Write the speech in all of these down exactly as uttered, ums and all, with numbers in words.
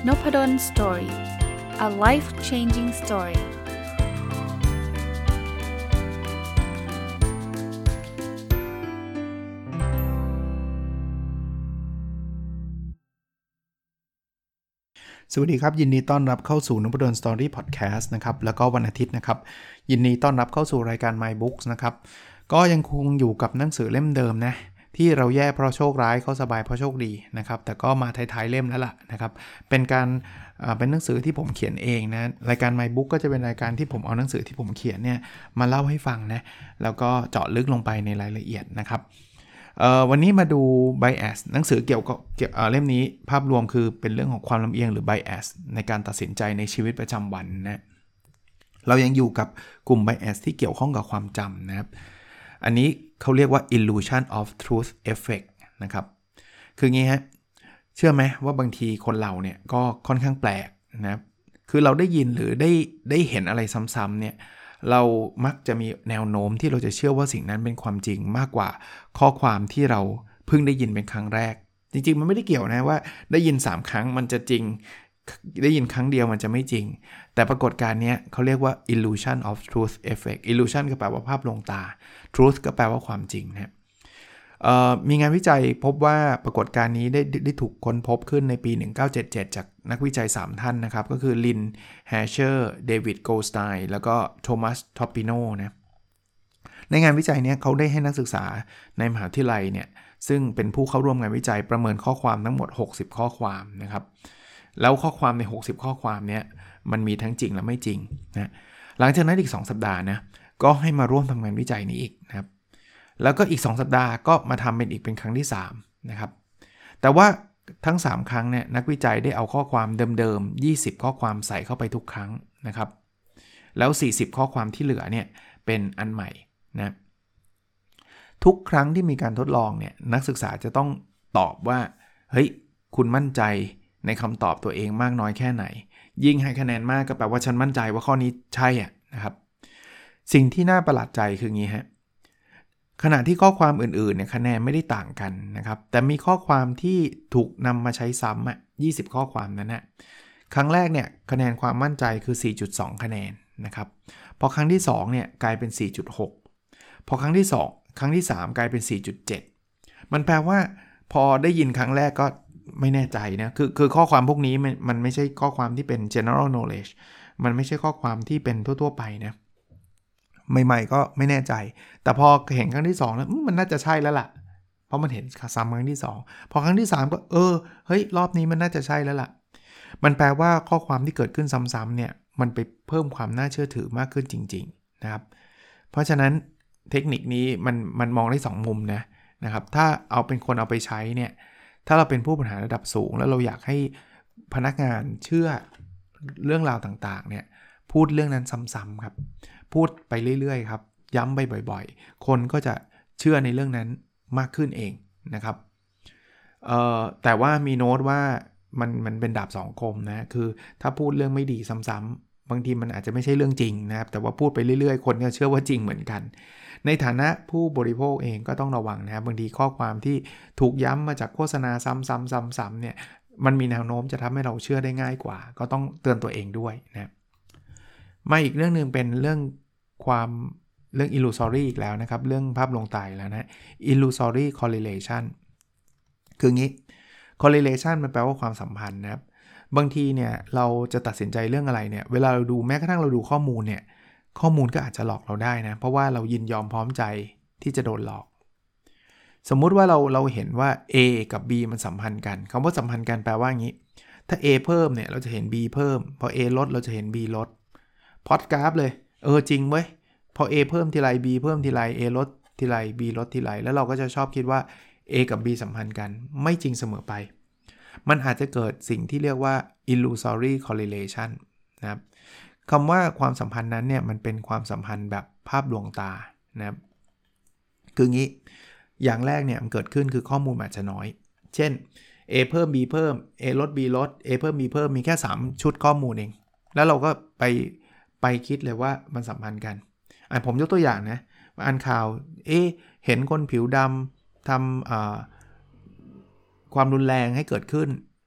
Nopadon Story. A life-changing story.สวัสดีครับยินดีต้อนรับเข้าสู่ Nopadon Story Podcast นะครับแล้วก็วันอาทิตย์นะครับยินดีต้อนรับเข้าสู่รายการ My Books นะครับก็ยังคงอยู่กับหนังสือเล่มเดิมนะที่เราแย่เพราะโชคร้ายเขาสบายเพราะโชคดีนะครับแต่ก็มาท้ายๆเล่มแล้วล่ะนะครับเป็นการเป็นหนังสือที่ผมเขียนเองนะรายการ My Book ก็จะเป็นรายการที่ผมเอาหนังสือที่ผมเขียนเนี่ยมาเล่าให้ฟังนะแล้วก็เจาะลึกลงไปในรายละเอียดนะครับวันนี้มาดู bias หนังสือเกี่ยวกับเล่มนี้ภาพรวมคือเป็นเรื่องของความลำเอียงหรือ bias ในการตัดสินใจในชีวิตประจำวันนะเรายังอยู่กับกลุ่ม bias ที่เกี่ยวข้องกับความจำนะครับอันนี้เขาเรียกว่า illusion of truth effect นะครับคืองี้ฮะเชื่อไหมว่าบางทีคนเราเนี่ยก็ค่อนข้างแปลกนะครับคือเราได้ยินหรือได้ได้เห็นอะไรซ้ำๆเนี่ยเรามักจะมีแนวโน้มที่เราจะเชื่อว่าสิ่งนั้นเป็นความจริงมากกว่าข้อความที่เราเพิ่งได้ยินเป็นครั้งแรกจริงๆมันไม่ได้เกี่ยวนะว่าได้ยินสามครั้งมันจะจริงได้ยินครั้งเดียวมันจะไม่จริงแต่ปรากฏการณ์นี้เขาเรียกว่า illusion of truth effect illusion ก็แปลว่าภาพลวงตา truth ก็แปลว่าความจริงนะมีงานวิจัยพบว่าปรากฏการณ์นี้ได้ได้ถูกค้นพบขึ้นในปีหนึ่งเก้าเจ็ดเจ็ดจากนักวิจัยสามท่านนะครับก็คือลินแฮชเชอร์เดวิดโกลสไตน์แล้วก็โทมัสทอปปิโนนะในงานวิจัยนี้เขาได้ให้นักศึกษาในมหาวิทยาลัยเนี่ยซึ่งเป็นผู้เข้าร่วมงานวิจัยประเมินข้อความทั้งหมดหกสิบข้อความนะครับแล้วข้อความในหกสิบข้อความเนี้ยมันมีทั้งจริงและไม่จริงนะหลังจากนั้นอีกสองสัปดาห์นะก็ให้มาร่วมทำงานวิจัยนี้อีกนะครับแล้วก็อีกสองสัปดาห์ก็มาทำเป็นอีกเป็นครั้งที่สามนะครับแต่ว่าทั้งสามครั้งเนี่ยนักวิจัยได้เอาข้อความเดิมๆยี่สิบข้อความใส่เข้าไปทุกครั้งนะครับแล้วสี่สิบข้อความที่เหลือเนี่ยเป็นอันใหม่นะทุกครั้งที่มีการทดลองเนี่ยนักศึกษาจะต้องตอบว่าเฮ้ยคุณมั่นใจในคำตอบตัวเองมากน้อยแค่ไหนยิ่งให้คะแนนมากก็แปลว่าฉันมั่นใจว่าข้อนี้ใช่อ่ะนะครับสิ่งที่น่าประหลาดใจคืองี้ฮะขณะที่ข้อความอื่นๆเนี่ยคะแนนไม่ได้ต่างกันนะครับแต่มีข้อความที่ถูกนำมาใช้ซ้ำอ่ะยี่สิบข้อความนั้นนะครั้งแรกเนี่ยคะแนนความมั่นใจคือ สี่จุดสอง คะแนนนะครับพอครั้งที่สองเนี่ยกลายเป็น สี่จุดหก พอครั้งที่สองครั้งที่สามกลายเป็น สี่จุดเจ็ด มันแปลว่าพอได้ยินครั้งแรกก็ไม่แน่ใจนะคือคือข้อความพวกนี้มันมันไม่ใช่ข้อความที่เป็น general knowledge มันไม่ใช่ข้อความที่เป็นทั่วๆไปนะใหม่ๆก็ไม่แน่ใจแต่พอเห็นครั้งที่สองแล้วมันน่าจะใช่แล้วล่ะเพราะมันเห็นซ้ำครั้งที่สองพอครั้งที่สามก็เออเฮ้ยรอบนี้มันน่าจะใช่แล้วล่ะมันแปลว่าข้อความที่เกิดขึ้นซ้ำๆเนี่ยมันไปเพิ่มความน่าเชื่อถือมากขึ้นจริงๆนะครับเพราะฉะนั้นเทคนิคนี้มันมันมองได้สองมุมนะนะครับถ้าเอาเป็นคนเอาไปใช้เนี่ยถ้าเราเป็นผู้บริหารระดับสูงแล้วเราอยากให้พนักงานเชื่อเรื่องราวต่างๆเนี่ยพูดเรื่องนั้นซ้ำๆครับพูดไปเรื่อยๆครับย้ำไปบ่อยๆคนก็จะเชื่อในเรื่องนั้นมากขึ้นเองนะครับเอ่อแต่ว่ามีโน้ตว่ามันมันเป็นดาบสองคมนะคือถ้าพูดเรื่องไม่ดีซ้ำๆบางทีมันอาจจะไม่ใช่เรื่องจริงนะครับแต่ว่าพูดไปเรื่อยๆคนก็เชื่อว่าจริงเหมือนกันในฐานะผู้บริโภคเองก็ต้องระวังนะครับบางทีข้อความที่ถูกย้ำมาจากโฆษณาซ้ำๆๆๆเนี่ยมันมีแนวโน้มจะทำให้เราเชื่อได้ง่ายกว่าก็ต้องเตือนตัวเองด้วยนะมาอีกเรื่องนึงเป็นเรื่องความเรื่อง illusory อีกแล้วนะครับเรื่องภาพลวงตาแล้วนะ illusory correlation คืองี้ correlation มันแปลว่าความสัมพันธ์นะครับบางทีเนี่ยเราจะตัดสินใจเรื่องอะไรเนี่ยเวลาเราดูแม้กระทั่งเราดูข้อมูลเนี่ยข้อมูลก็อาจจะหลอกเราได้นะเพราะว่าเรายินยอมพร้อมใจที่จะโดนหลอกสมมุติว่าเราเราเห็นว่า A กับ B มันสัมพันธ์กันคำว่าสัมพันธ์กันแปลว่างี้ถ้า A เพิ่มเนี่ยเราจะเห็น B เพิ่มพอ A ลดเราจะเห็น B ลดพอดกราฟเลยเออจริงเว้ยพอ A เพิ่มทีไร B เพิ่มทีไร A ลดทีไร B ลดทีไรแล้วเราก็จะชอบคิดว่า A กับ B สัมพันธ์กันไม่จริงเสมอไปมันอาจจะเกิดสิ่งที่เรียกว่า illusory correlation นะครับคำว่าความสัมพันธ์นั้นเนี่ยมันเป็นความสัมพันธ์แบบภาพลวงตานะครับคืองี้อย่างแรกเนี่ยมันเกิดขึ้นคือข้อมูลอาจจะน้อยเช่น A เพิ่ม B เพิ่ม A ลด B ลด A เพิ่ม B เพิ่มมีแค่สามชุดข้อมูลเองแล้วเราก็ไปไปคิดเลยว่ามันสัมพันธ์กันอ่ะผมยกตัวอย่างนะอ่านข่าวเอ๊ะเห็นคนผิวดำทำอ่าความรุนแรงให้เกิดขึ้น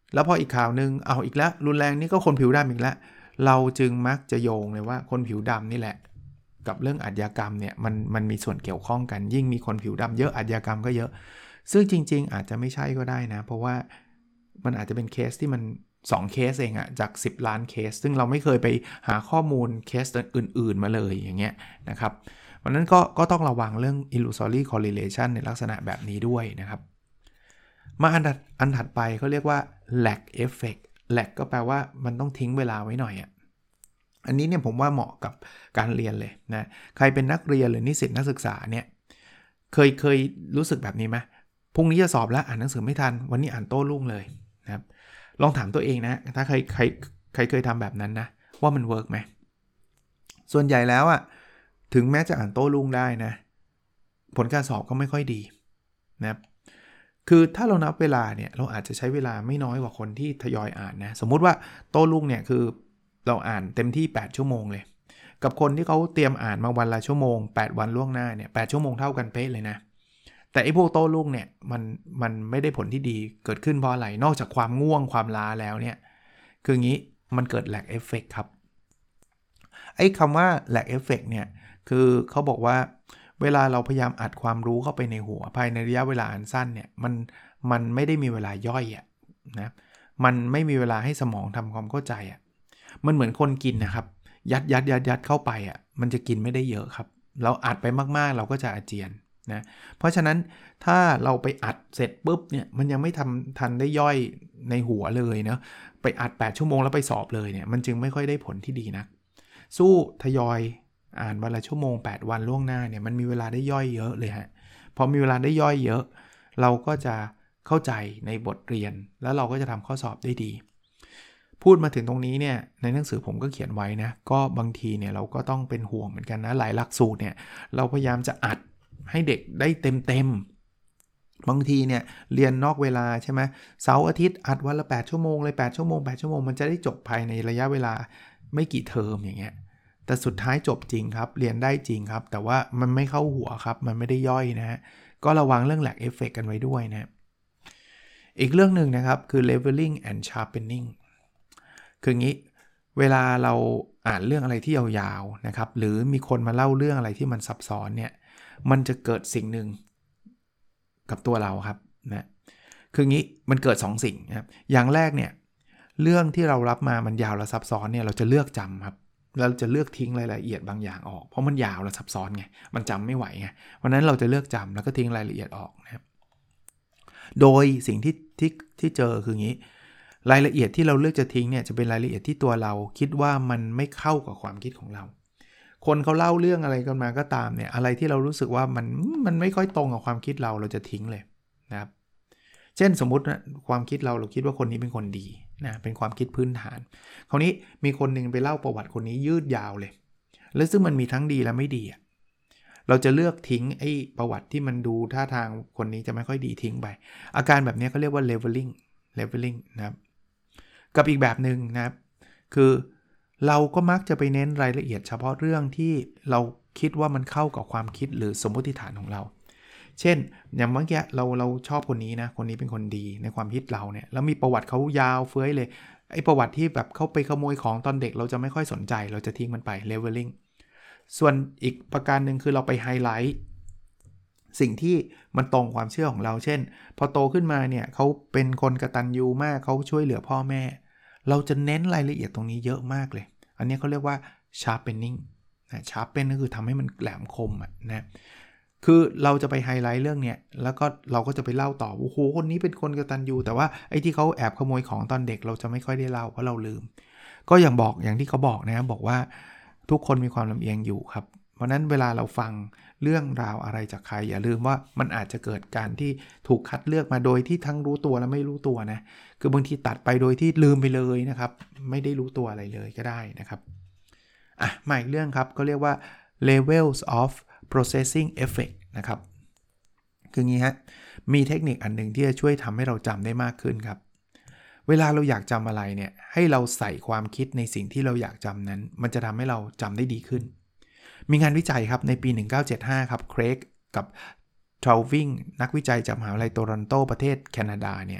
แล้วพออีกข่าวนึงเอาอีกแล้วรุนแรงนี่ก็คนผิวดำอีกแล้วเราจึงมักจะโยงเลยว่าคนผิวดำนี่แหละกับเรื่องอาชญากรรมเนี่ยมันมันมีส่วนเกี่ยวข้องกันยิ่งมีคนผิวดำเยอะอาชญากรรมก็เยอะซึ่งจริงๆอาจจะไม่ใช่ก็ได้นะเพราะว่ามันอาจจะเป็นเคสที่มันสองเคสเองอะจากสิบล้านเคสซึ่งเราไม่เคยไปหาข้อมูลเคสอื่นๆมาเลยอย่างเงี้ยนะครับเพราะนั้นก็ก็ต้องระวังเรื่อง illusory correlation ในลักษณะแบบนี้ด้วยนะครับมาอันถัดอันถัดไปเขาเรียกว่า lag effect lag ก็แปลว่ามันต้องทิ้งเวลาไว้หน่อยอ่ะอันนี้เนี่ยผมว่าเหมาะกับการเรียนเลยนะใครเป็นนักเรียนหรือนิสิตนักศึกษาเนี่ยเคยเคยรู้สึกแบบนี้ไหมพรุ่งนี้จะสอบแล้วอ่านหนังสือไม่ทันวันนี้อ่านโต้รุ่งเลยนะครับลองถามตัวเองนะถ้าใครใครใครเคยทำแบบนั้นนะว่ามันเวิร์กไหมส่วนใหญ่แล้วอ่ะถึงแม้จะอ่านโต้รุ่งได้นะผลการสอบก็ไม่ค่อยดีนะครับคือถ้าเรานับเวลาเนี่ยเราอาจจะใช้เวลาไม่น้อยกว่าคนที่ทยอยอ่านนะสมมุติว่าโต้รุ่งเนี่ยคือเราอ่านเต็มที่แปดชั่วโมงเลยกับคนที่เขาเตรียมอ่านมาวันละชั่วโมงแปดวันล่วงหน้าเนี่ยแปดชั่วโมงเท่ากันเป๊ะเลยนะแต่ไอ้พวกโต้รุ่งเนี่ยมันมันไม่ได้ผลที่ดีเกิดขึ้นเพราะอะไรนอกจากความง่วงความล้าแล้วเนี่ยคืองี้มันเกิด lag effect ครับไอ้คำว่า lag effect เนี่ยคือเขาบอกว่าเวลาเราพยายามอัดความรู้เข้าไปในหัวภายในระยะเวลาอันสั้นเนี่ยมันมันไม่ได้มีเวลาย่อยอ่ะนะมันไม่มีเวลาให้สมองทำความเข้าใจอ่ะมันเหมือนคนกินนะครับยัดยัดยัดยัดเข้าไปอ่ะมันจะกินไม่ได้เยอะครับเราอัดไปมากๆเราก็จะอาเจียนนะเพราะฉะนั้นถ้าเราไปอัดเสร็จปุ๊บเนี่ยมันยังไม่ทำทันได้ย่อยในหัวเลยเนาะไปอัดแปดชั่วโมงแล้วไปสอบเลยเนี่ยมันจึงไม่ค่อยได้ผลที่ดีนะสู้ทยอยอ่านวันละชั่วโมงแปดวันล่วงหน้าเนี่ยมันมีเวลาได้ย่อยเยอะเลยฮะพอมีเวลาได้ย่อยเยอะเราก็จะเข้าใจในบทเรียนแล้วเราก็จะทำข้อสอบได้ดีพูดมาถึงตรงนี้เนี่ยในหนังสือผมก็เขียนไว้นะก็บางทีเนี่ยเราก็ต้องเป็นห่วงเหมือนกันนะหลายหลักสูตรเนี่ยเราพยายามจะอัดให้เด็กได้เต็มๆบางทีเนี่ยเรียนนอกเวลาใช่ไหมเสาร์อาทิตย์อัดวันละแปดชั่วโมงเลยแปดชั่วโมงแปดชั่วโมงมันจะได้จบภายในระยะเวลาไม่กี่เทอมอย่างเงี้ยแต่สุดท้ายจบจริงครับเรียนได้จริงครับแต่ว่ามันไม่เข้าหัวครับมันไม่ได้ย่อยนะฮะก็ระวังเรื่อง lag effect กันไว้ด้วยนะอีกเรื่องนึงนะครับคือ leveling and sharpening คืองี้เวลาเราอ่านเรื่องอะไรที่ยาวๆนะครับหรือมีคนมาเล่าเรื่องอะไรที่มันซับซ้อนเนี่ยมันจะเกิดสิ่งหนึ่งกับตัวเราครับนะคืองี้มันเกิดสองสิ่งนะครับอย่างแรกเนี่ยเรื่องที่เรารับมามันยาวและซับซ้อนเนี่ยเราจะเลือกจำครับเราจะเลือกทิ้งรายละเอียดบางอย่างออกเพราะมันยาวและซับซ้อนไงมันจำไม่ไหวไงเพราะนั้นเราจะเลือกจำแล้วก็ทิ้งรายละเอียดออกนะครับโดยสิ่งที่ที่ที่เจอคืองี้รายละเอียดที่เราเลือกจะทิ้งเนี่ยจะเป็นรายละเอียดที่ตัวเราคิดว่ามันไม่เข้ากับความคิดของเราคนเขาเล่าเรื่องอะไรกันมาก็ตามเนี่ยอะไรที่เรารู้สึกว่ามันมันไม่ค่อยตรงกับความคิดเราเราจะทิ้งเลยนะครับเช่นสมมุตินะความคิดเราเราคิดว่าคนนี้เป็นคนดีนะเป็นความคิดพื้นฐานคราวนี้มีคนนึงไปเล่าประวัติคนนี้ยืดยาวเลยแล้วซึ่งมันมีทั้งดีและไม่ดีเราจะเลือกทิ้งไอ้ประวัติที่มันดูท่าทางคนนี้จะไม่ค่อยดีทิ้งไปอาการแบบนี้เขาเรียกว่า leveling leveling นะครับกับอีกแบบนึงนะครับคือเราก็มักจะไปเน้นรายละเอียดเฉพาะเรื่องที่เราคิดว่ามันเข้ากับความคิดหรือสมมติฐานของเราเช่นอย่างเมื่อกี้เราเราชอบคนนี้นะคนนี้เป็นคนดีในความคิดเราเนี่ยแล้วมีประวัติเขายาวเฟ้ยเลยไอ้ประวัติที่แบบเขาไปขโมยของตอนเด็กเราจะไม่ค่อยสนใจเราจะทิ้งมันไป leveling ส่วนอีกประการหนึ่งคือเราไปไฮไลท์สิ่งที่มันตรงความเชื่อของเราเช่นพอโตขึ้นมาเนี่ยเขาเป็นคนกตัญญูมากเขาช่วยเหลือพ่อแม่เราจะเน้นรายละเอียดตรงนี้เยอะมากเลยอันนี้เขาเรียกว่า sharpening นะ sharpen ก็คือทำให้มันแหลมคมอะนะคือเราจะไปไฮไลท์เรื่องเนี้ยแล้วก็เราก็จะไปเล่าต่อโอ้โหคนนี้เป็นคนกตัญญูแต่ว่าไอ้ที่เขาแอบขโมยของตอนเด็กเราจะไม่ค่อยได้เล่าเพราะเราลืมก็อย่างบอกอย่างที่เขาบอกนะบอกว่าทุกคนมีความลำเอียงอยู่ครับเพราะนั้นเวลาเราฟังเรื่องราวอะไรจากใครอย่าลืมว่ามันอาจจะเกิดการที่ถูกคัดเลือกมาโดยที่ทั้งรู้ตัวและไม่รู้ตัวนะคือบางทีตัดไปโดยที่ลืมไปเลยนะครับไม่ได้รู้ตัวอะไรเลยก็ได้นะครับอ่ะมาอีกเรื่องครับก็เรียกว่า levels of processing effect นะครับคืองี้ฮะมีเทคนิคอันนึงที่จะช่วยทำให้เราจำได้มากขึ้นครับเวลาเราอยากจำอะไรเนี่ยให้เราใส่ความคิดในสิ่งที่เราอยากจำนั้นมันจะทำให้เราจำได้ดีขึ้นมีงานวิจัยครับในปีหนึ่งเก้าเจ็ดห้าครับเครกกับทราววิงนักวิจัยจากมหาวิทยาลัยโตรอนโตประเทศแคนาดาเนี่ยไ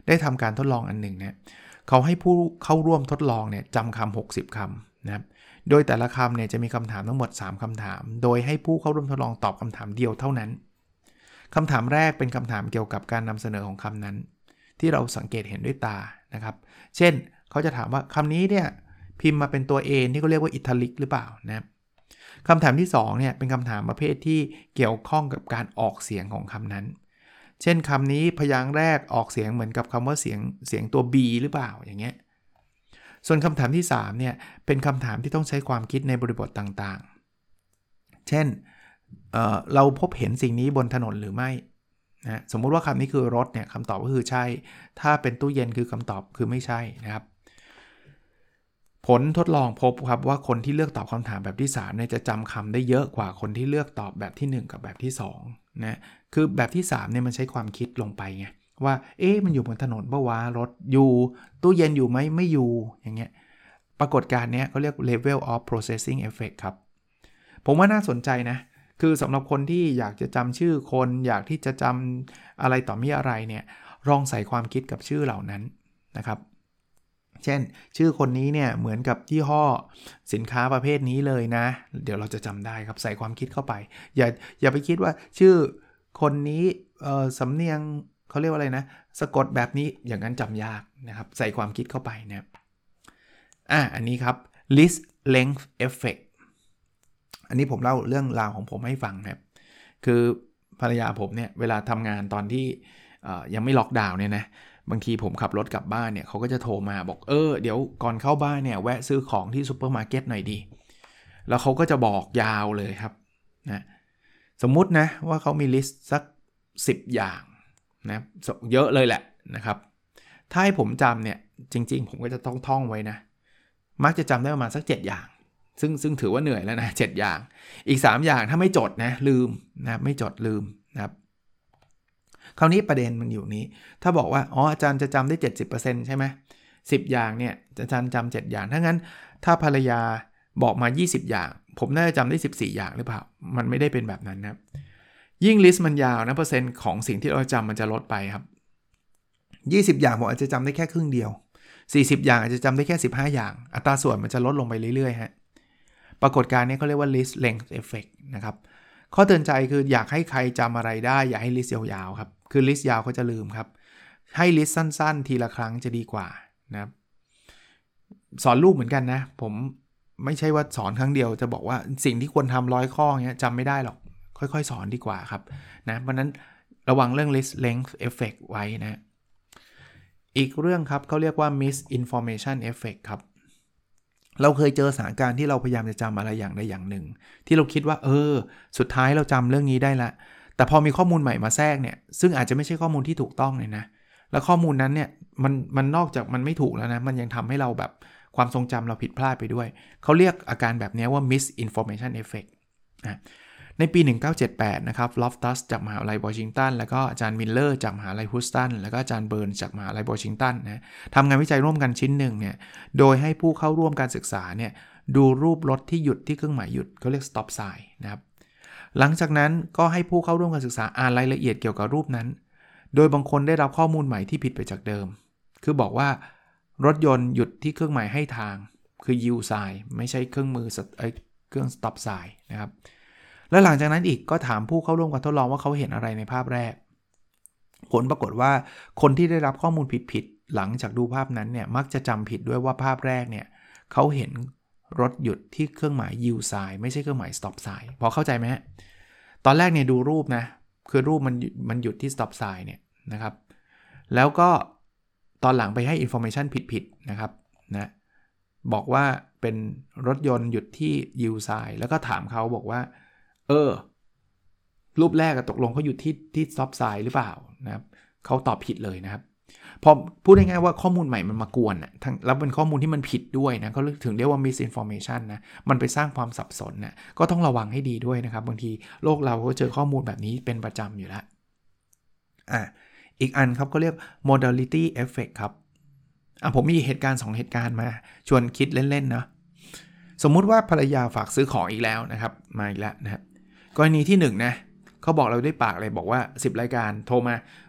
ได้ทำการทดลองอันหนึ่งเนี่ยเขาให้ผู้เข้าร่วมทดลองเนี่ยจำคำหกสิบคำนะครับโดยแต่ละคำเนี่ยจะมีคำถามทั้งหมดสามคำถามโดยให้ผู้เข้าร่วมทดลองตอบคำถามเดียวเท่านั้นคำถามแรกเป็นคำถามเกี่ยวกับการนำเสนอของคำนั้นที่เราสังเกตเห็นด้วยตานะครับเช่นเขาจะถามว่าคำนี้เนี่ยพิมพ์มาเป็นตัว A ที่เขาเรียกว่าอิตาลิกหรือเปล่านะครับคำถามที่สองเนี่ยเป็นคำถามประเภทที่เกี่ยวข้องกับการออกเสียงของคำนั้นเช่นคำนี้พยางค์แรกออกเสียงเหมือนกับคำว่าเสียงเสียงตัว B หรือเปล่าอย่างเงี้ยส่วนคำถามที่สามเนี่ยเป็นคำถามที่ต้องใช้ความคิดในบริบทต่างๆเช่น เอ่อ เราพบเห็นสิ่งนี้บนถนนหรือไม่นะสมมุติว่าคำนี้คือรถเนี่ยคำตอบก็คือใช่ถ้าเป็นตู้เย็นคือคำตอบคือไม่ใช่นะครับผลทดลองพบครับว่าคนที่เลือกตอบคำถามแบบที่สามเนี่ยจะจำคำได้เยอะกว่าคนที่เลือกตอบแบบที่หนึ่งกับแบบที่สองนะคือแบบที่สามเนี่ยมันใช้ความคิดลงไปไงว่าเอ๊ะมันอยู่บนถนนปะวะรถอยู่ตู้เย็นอยู่ไหมไม่อยู่อย่างเงี้ยปรากฏการณ์เนี้ยเขาเรียก level of processing effect ครับผมว่าน่าสนใจนะคือสำหรับคนที่อยากจะจำชื่อคนอยากที่จะจำอะไรต่อมีอะไรเนี่ยลองใส่ความคิดกับชื่อเหล่านั้นนะครับเช่นชื่อคนนี้เนี่ยเหมือนกับยี่ห้อสินค้าประเภทนี้เลยนะเดี๋ยวเราจะจำได้ครับใส่ความคิดเข้าไปอย่าอย่าไปคิดว่าชื่อคนนี้เอ่อสำเนียงเขาเรียกว่าอะไรนะสะกดแบบนี้อย่างนั้นจำยากนะครับใส่ความคิดเข้าไปนะครับอ่ะอันนี้ครับ list length effect อันนี้ผมเล่าเรื่องราวของผมให้ฟังนะครับคือภรรยาผมเนี่ยเวลาทำงานตอนที่ยังไม่ล็อกดาวน์เนี่ยนะบางทีผมขับรถกลับบ้านเนี่ยเขาก็จะโทรมาบอกเออเดี๋ยวก่อนเข้าบ้านเนี่ยแวะซื้อของที่ซูเปอร์มาร์เก็ตหน่อยดีแล้วเขาก็จะบอกยาวเลยครับนะสมมุตินะว่าเขามีลิสต์สักสิบอย่างนะเยอะเลยแหละนะครับถ้าให้ผมจำเนี่ยจริงๆผมก็จะต้องท่องไว้นะมักจะจำได้ประมาณสักเจ็ดอย่างซึ่งซึ่งถือว่าเหนื่อยแล้วนะเจ็ดอย่างอีกสามอย่างถ้าไม่จดนะลืมนะไม่จดลืมนะครับคราวนี้ประเด็นมันอยู่นี้ถ้าบอกว่าอ๋ออาจารย์จะจำได้ เจ็ดสิบเปอร์เซ็นต์ ใช่ไหมสิบอย่างเนี่ยอาจารย์จำเจ็ดอย่างถ้างั้นถ้าภรรยาบอกมายี่สิบอย่างผมน่าจะจำได้สิบสี่อย่างหรือเปล่ามันไม่ได้เป็นแบบนั้นนะครับยิ่งลิสต์มันยาวนะเปอร์เซ็นต์ของสิ่งที่เราจำมันจะลดไปครับยี่สิบอย่างผมอาจจะจำได้แค่ครึ่งเดียวสี่สิบอย่างอาจจะจำได้แค่สิบห้าอย่างอัตราส่วนมันจะลดลงไปเรื่อยๆฮะปรากฏการณ์นี้เขาเรียกว่า list length effect นะครับข้อเตือนใจคืออยากให้ใครจำอะไรได้อย่าให้ลิสต์ยาวๆครับคือลิสต์ยาวเขาจะลืมครับให้ลิสต์สั้นๆทีละครั้งจะดีกว่านะครับสอนลูกเหมือนกันนะผมไม่ใช่ว่าสอนครั้งเดียวจะบอกว่าสิ่งที่ควรทำร้อยข้อเงี้ยจำไม่ได้หรอกค่อยๆสอนดีกว่าครับนะเพราะนั้นระวังเรื่อง list length effect ไว้นะอีกเรื่องครับเขาเรียกว่า misinformation effect ครับเราเคยเจอสถานการณ์ที่เราพยายามจะจำอะไรอย่างใดอย่างหนึ่งที่เราคิดว่าเออสุดท้ายเราจำเรื่องนี้ได้ละแต่พอมีข้อมูลใหม่มาแทรกเนี่ยซึ่งอาจจะไม่ใช่ข้อมูลที่ถูกต้องเลยนะแล้วข้อมูลนั้นเนี่ยมันมันนอกจากมันไม่ถูกแล้วนะมันยังทำให้เราแบบความทรงจำเราผิดพลาดไปด้วยเขาเรียกอาการแบบนี้ว่า misinformation effect นะในปีหนึ่งพันเก้าร้อยเจ็ดสิบแปดนะครับลอฟตัสจากมหาวิทยาลัยวอชิงตันแล้วก็อาจารย์มิลเลอร์จากมหาวิทยาลัยฮูสตันแล้วก็อาจารย์เบิร์นจากมหาวิทยาลัยวอชิงตันนะทำงานวิจัยร่วมกันชิ้นหนึ่งเนี่ยโดยให้ผู้เข้าร่วมการศึกษาเนี่ยดูรูปรถที่หยุดที่เครื่องหมายหยุดเขาเรียก stop sign นะครับหลังจากนั้นก็ให้ผู้เข้าร่วมการศึกษาอ่านรายละเอียดเกี่ยวกับรูปนั้นโดยบางคนได้รับข้อมูลใหม่ที่ผิดไปจากเดิมคือบอกว่ารถยนต์หยุดที่เครื่องหมายให้ทางคือ yield sign ไม่ใช่เครื่องมือเครื่อง stop sign นะครับแล้วหลังจากนั้นอีกก็ถามผู้เข้าร่วมการทดลองว่าเขาเห็นอะไรในภาพแรกผลปรากฏว่าคนที่ได้รับข้อมูลผิดๆหลังจากดูภาพนั้นเนี่ยมักจะจำผิดด้วยว่าภาพแรกเนี่ยเขาเห็นรถหยุดที่เครื่องหมาย yield sign ไม่ใช่เครื่องหมาย stop sign พอเข้าใจไหมฮะตอนแรกเนี่ยดูรูปนะคือรูปมันมันหยุดที่ stop sign เนี่ยนะครับแล้วก็ตอนหลังไปให้ information ผิดๆนะครับนะบอกว่าเป็นรถยนต์หยุดที่ yield sign แล้วก็ถามเขาบอกว่าเออรูปแรกตกลงเขาอยู่ที่ที่ stop sign หรือเปล่านะครับเขาตอบผิดเลยนะครับพอพูดง่ายๆว่าข้อมูลใหม่มันมากวนอ่ะทั้งแล้วเป็นข้อมูลที่มันผิดด้วยนะเขาถึงเรียกว่า misinformation นะมันไปสร้างความสับสนนะก็ต้องระวังให้ดีด้วยนะครับบางทีโลกเราก็เจอข้อมูลแบบนี้เป็นประจำอยู่แล้วอ่ะอีกอันครับก็เรียก modality effect ครับอ่ะผมมีเหตุการณ์สองเหตุการณ์มาชวนคิดเล่นๆนะสมมุติว่าภรรยาฝากซื้อของอีกแล้วนะครับมาอีกแล้วนะครับกรณีที่หนึ่งนะเขาบอกเราด้วยปากเลยบอกว่าสิบรายการโทรมาบอก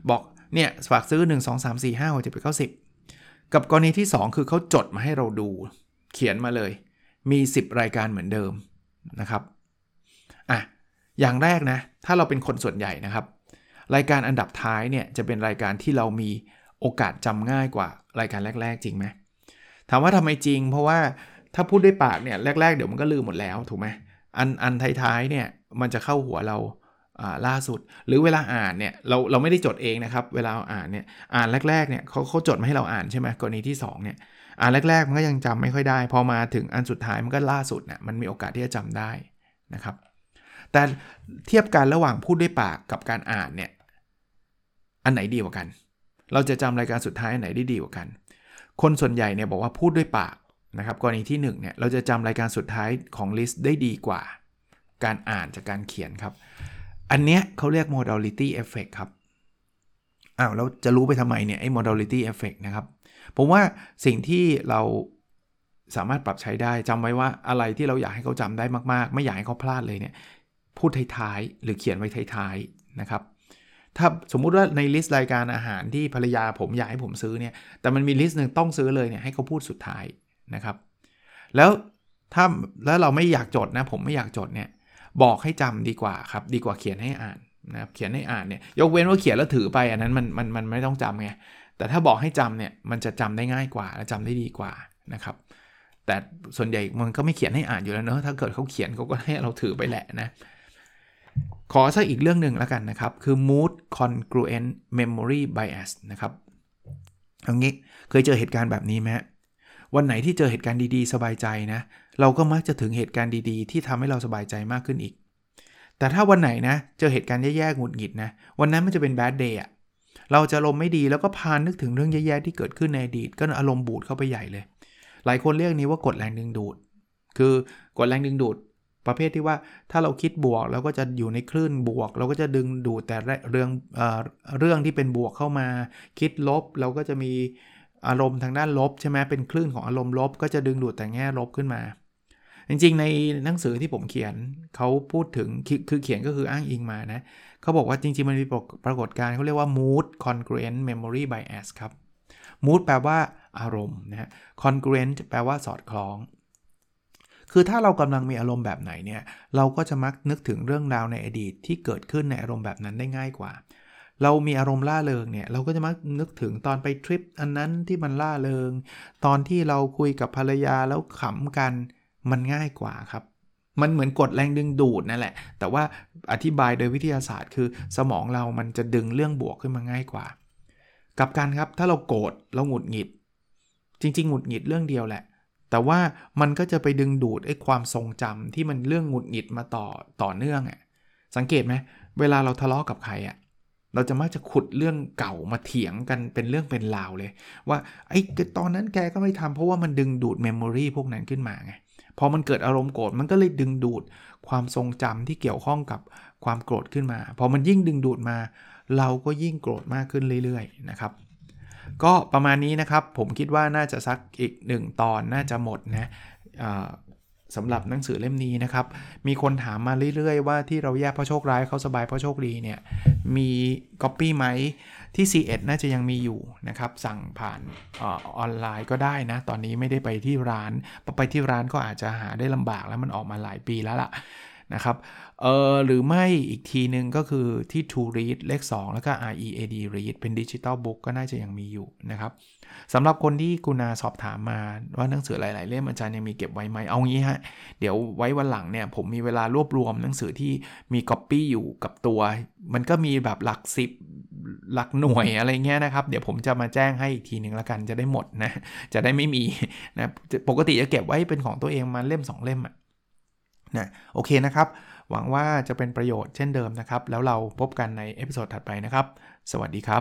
เนี่ยฝากซื้อหนึ่ง สอง สาม สี่ ห้า หก เจ็ด แปด เก้า สิบกับกรณีที่สองคือเขาจดมาให้เราดูเขียนมาเลยมีสิบรายการเหมือนเดิมนะครับอ่ะอย่างแรกนะถ้าเราเป็นคนส่วนใหญ่นะครับรายการอันดับท้ายเนี่ยจะเป็นรายการที่เรามีโอกาสจำง่ายกว่ารายการแรกๆจริงไหมถามว่าทำไมจริงเพราะว่าถ้าพูดด้วยปากเนี่ยแรกๆเดี๋ยวมันก็ลืมหมดแล้วถูกไหมอันอันท้ายๆเนี่ยมันจะเข้าหัวเราอ่าล่าสุดหรือเวลาอ่านเนี่ยเราเราไม่ได้จดเองนะครับเวลาอ่านเนี่ยอ่านแรกๆเนี่ยเขาเขาจดมาให้เราอ่านใช่ไหมกรณีที่สองเนี่ยอ่านแรกๆมันก็ยังจำไม่ค่อยได้พอมาถึงอันสุดท้ายมันก็ล่าสุดเนี่ยมันมีโอกาสที่จะจำได้นะครับแต่เทียบกันระหว่างพูดด้วยปากกับการอ่านเนี่ยอันไหนดีกว่ากันเราจะจำรายการสุดท้ายอันไหนได้ดีกว่ากันคนส่วนใหญ่เนี่ยบอกว่าพูดด้วยปากนะครับกรณีที่หนึ่งเนี่ยเราจะจำรายการสุดท้ายของลิสต์ได้ดีกว่าการอ่านจากการเขียนครับอันเนี้ยเขาเรียก modality effect ครับอ้าวแล้วจะรู้ไปทำไมเนี่ยไอ้ modality effect นะครับผมว่าสิ่งที่เราสามารถปรับใช้ได้จำไว้ว่าอะไรที่เราอยากให้เขาจำได้มากๆไม่อยากให้เขาพลาดเลยเนี่ยพูดท้ายๆหรือเขียนไว้ท้ายๆนะครับถ้าสมมุติว่าในลิสต์รายการอาหารที่ภรรยาผมอยากให้ผมซื้อเนี่ยแต่มันมีลิสต์นึงต้องซื้อเลยเนี่ยให้เขาพูดสุดท้ายนะครับแล้วถ้าแล้วเราไม่อยากจดนะผมไม่อยากจดเนี่ยบอกให้จำดีกว่าครับดีกว่าเขียนให้อ่านนะครับเขียนให้อ่านเนี่ยยกเว้นว่าเขียนแล้วถือไปอันนั้นมันมันมันไม่ต้องจำไงแต่ถ้าบอกให้จำเนี่ยมันจะจำได้ง่ายกว่าและจำได้ดีกว่านะครับแต่ส่วนใหญ่มันก็ไม่เขียนให้อ่านอยู่แล้วเนอะถ้าเกิดเขาเขียนเขาก็ให้เราถือไปแหละนะขอสักอีกเรื่องหนึ่งแล้วกันนะครับคือ mood congruent memory bias นะครับเอางี้เคยเจอเหตุการณ์แบบนี้ไหมวันไหนที่เจอเหตุการณ์ดีๆสบายใจนะเราก็มักจะถึงเหตุการณ์ดีๆที่ทำให้เราสบายใจมากขึ้นอีกแต่ถ้าวันไหนนะเจอเหตุการณ์แย่ๆหงุดหงิดนะวันนั้นมันจะเป็น bad day อ่ะเราจะอารมณ์ไม่ดีแล้วก็พานึกถึงเรื่องแย่ๆที่เกิดขึ้นในอดีตก็อารมณ์บูดเข้าไปใหญ่เลยหลายคนเรียกนี้ว่ากฎแรงดึงดูดคือกฎแรงดึงดูดประเภทที่ว่าถ้าเราคิดบวกเราก็จะอยู่ในคลื่นบวกเราก็จะดึงดูดแต่เรื่องเอ่อเรื่องที่เป็นบวกเข้ามาคิดลบเราก็จะมีอารมณ์ทางด้านลบใช่ไหมเป็นคลื่นของอารมณ์ลบก็จะดึงดูดแต่แง่ลบขึ้นมาจริงๆในหนังสือที่ผมเขียนเขาพูดถึงคือเขียนก็คืออ้างอิงมานะเขาบอกว่าจริงๆมันมีปรากฏการณ์เขาเรียกว่า mood congruent memory bias ครับ mood แปลว่าอารมณ์นะฮะ congruent แปลว่าสอดคล้องคือถ้าเรากำลังมีอารมณ์แบบไหนเนี่ยเราก็จะมักนึกถึงเรื่องราวในอดีตที่เกิดขึ้นในอารมณ์แบบนั้นได้ง่ายกว่าเรามีอารมณ์ล่าเริงเนี่ยเราก็จะมักนึกถึงตอนไปทริปอันนั้นที่มันล่าเริงตอนที่เราคุยกับภรรยาแล้วขำกันมันง่ายกว่าครับมันเหมือนกฎแรงดึงดูดนั่นแหละแต่ว่าอธิบายโดยวิทยาศาสตร์คือสมองเรามันจะดึงเรื่องบวกขึ้นมาง่ายกว่ากับกันครับถ้าเราโกรธเราหงุดหงิดจริงๆหงุดหงิดเรื่องเดียวแหละแต่ว่ามันก็จะไปดึงดูดไอ้ความทรงจำที่มันเรื่องหงุดหงิดมาต่อต่อเนื่องอ่ะสังเกตไหมเวลาเราทะเลาะกับใครอ่ะเราจะมักจะขุดเรื่องเก่ามาเถียงกันเป็นเรื่องเป็นราวเลยว่าไอ้ตอนนั้นแกก็ไม่ทำเพราะว่ามันดึงดูดเมมโมรีพวกนั้นขึ้นมาไงพอมันเกิดอารมณ์โกรธมันก็เลยดึงดูดความทรงจำที่เกี่ยวข้องกับความโกรธขึ้นมาพอมันยิ่งดึงดูดมาเราก็ยิ่งโกรธมากขึ้นเรื่อยๆนะครับก็ประมาณนี้นะครับผมคิดว่าน่าจะสักอีกหนึ่งตอนน่าจะหมดนะสำหรับหนังสือเล่มนี้นะครับมีคนถามมาเรื่อยๆว่าที่เราแยกเพราะโชคร้ายเขาสบายเพราะโชคดีเนี่ยมีก๊อปปี้ไหมที่ ซี เอ็ด น่าจะยังมีอยู่นะครับสั่งผ่านออนไลน์ก็ได้นะตอนนี้ไม่ได้ไปที่ร้านไปที่ร้านก็อาจจะหาได้ลำบากแล้วมันออกมาหลายปีแล้วล่ะนะครับเออหรือไม่อีกทีนึงก็คือที่ To Read เลขสองแล้วก็ อาร์ อี เอ ดี Read เป็น Digital Book ก็น่าจะยังมีอยู่นะครับสำหรับคนที่กุณาสอบถามมาว่าหนังสือหลายๆเล่มอาจารย์ยังมีเก็บไว้ไหมเอางี้ฮะเดี๋ยวไว้วันหลังเนี่ยผมมีเวลารวบรวมหนังสือที่มี copy อยู่กับตัวมันก็มีแบบหลักสิบหลักหน่วยอะไรเงี้ยนะครับเดี๋ยวผมจะมาแจ้งให้อีกทีนึงแล้วกันจะได้หมดนะจะได้ไม่มีนะปกติจะเก็บไว้เป็นของตัวเองมาเล่มสองเล่มอ่ะนะโอเคนะครับหวังว่าจะเป็นประโยชน์เช่นเดิมนะครับแล้วเราพบกันในเอพิโซดถัดไปนะครับสวัสดีครับ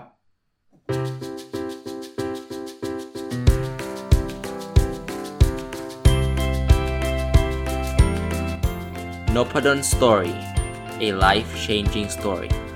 Nopadon Story, a life-changing story.